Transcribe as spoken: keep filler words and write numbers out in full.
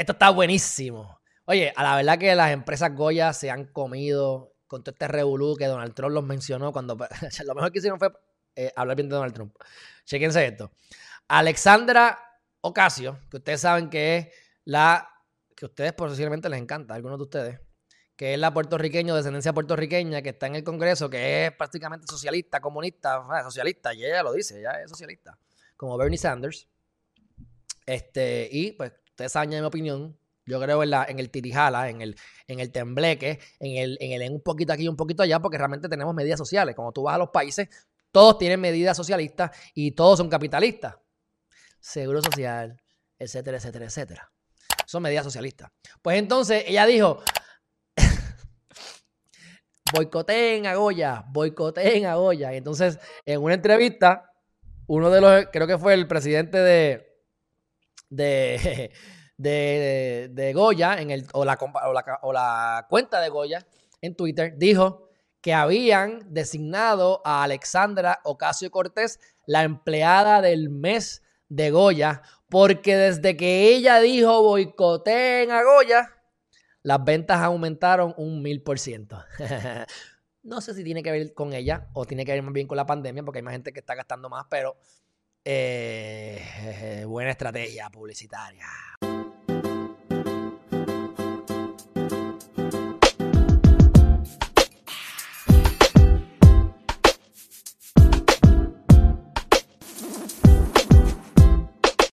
esto está buenísimo. Oye, a la verdad que las empresas Goya se han comido con todo este revolú que Donald Trump los mencionó cuando lo mejor que hicieron fue eh, hablar bien de Donald Trump. Chequense esto. Alexandra Ocasio, que ustedes saben que es la que a ustedes posiblemente les encanta, a algunos de ustedes, que es la puertorriqueña, de descendencia puertorriqueña, que está en el Congreso, que es prácticamente socialista, comunista, socialista, y ella lo dice, ella es socialista, como Bernie Sanders. Este, y pues ustedes saben ya mi opinión. Yo creo en, la, en el tirijala, en el, en el tembleque, en el, en el en un poquito aquí y un poquito allá, porque realmente tenemos medidas sociales. Cuando tú vas a los países, todos tienen medidas socialistas y todos son capitalistas. Seguro social, etcétera, etcétera, etcétera. Son medidas socialistas. Pues entonces ella dijo, boicoteen a Goya, boicoteen a Goya. Y entonces, en una entrevista, uno de los, creo que fue el presidente de, de, de, de Goya, en el, o, la, o, la, o la cuenta de Goya en Twitter, dijo que habían designado a Alexandra Ocasio-Cortez la empleada del mes de Goya, porque desde que ella dijo boicoteen a Goya, las ventas aumentaron un mil por ciento. No sé si tiene que ver con ella o tiene que ver más bien con la pandemia, porque hay más gente que está gastando más, pero eh, buena estrategia publicitaria.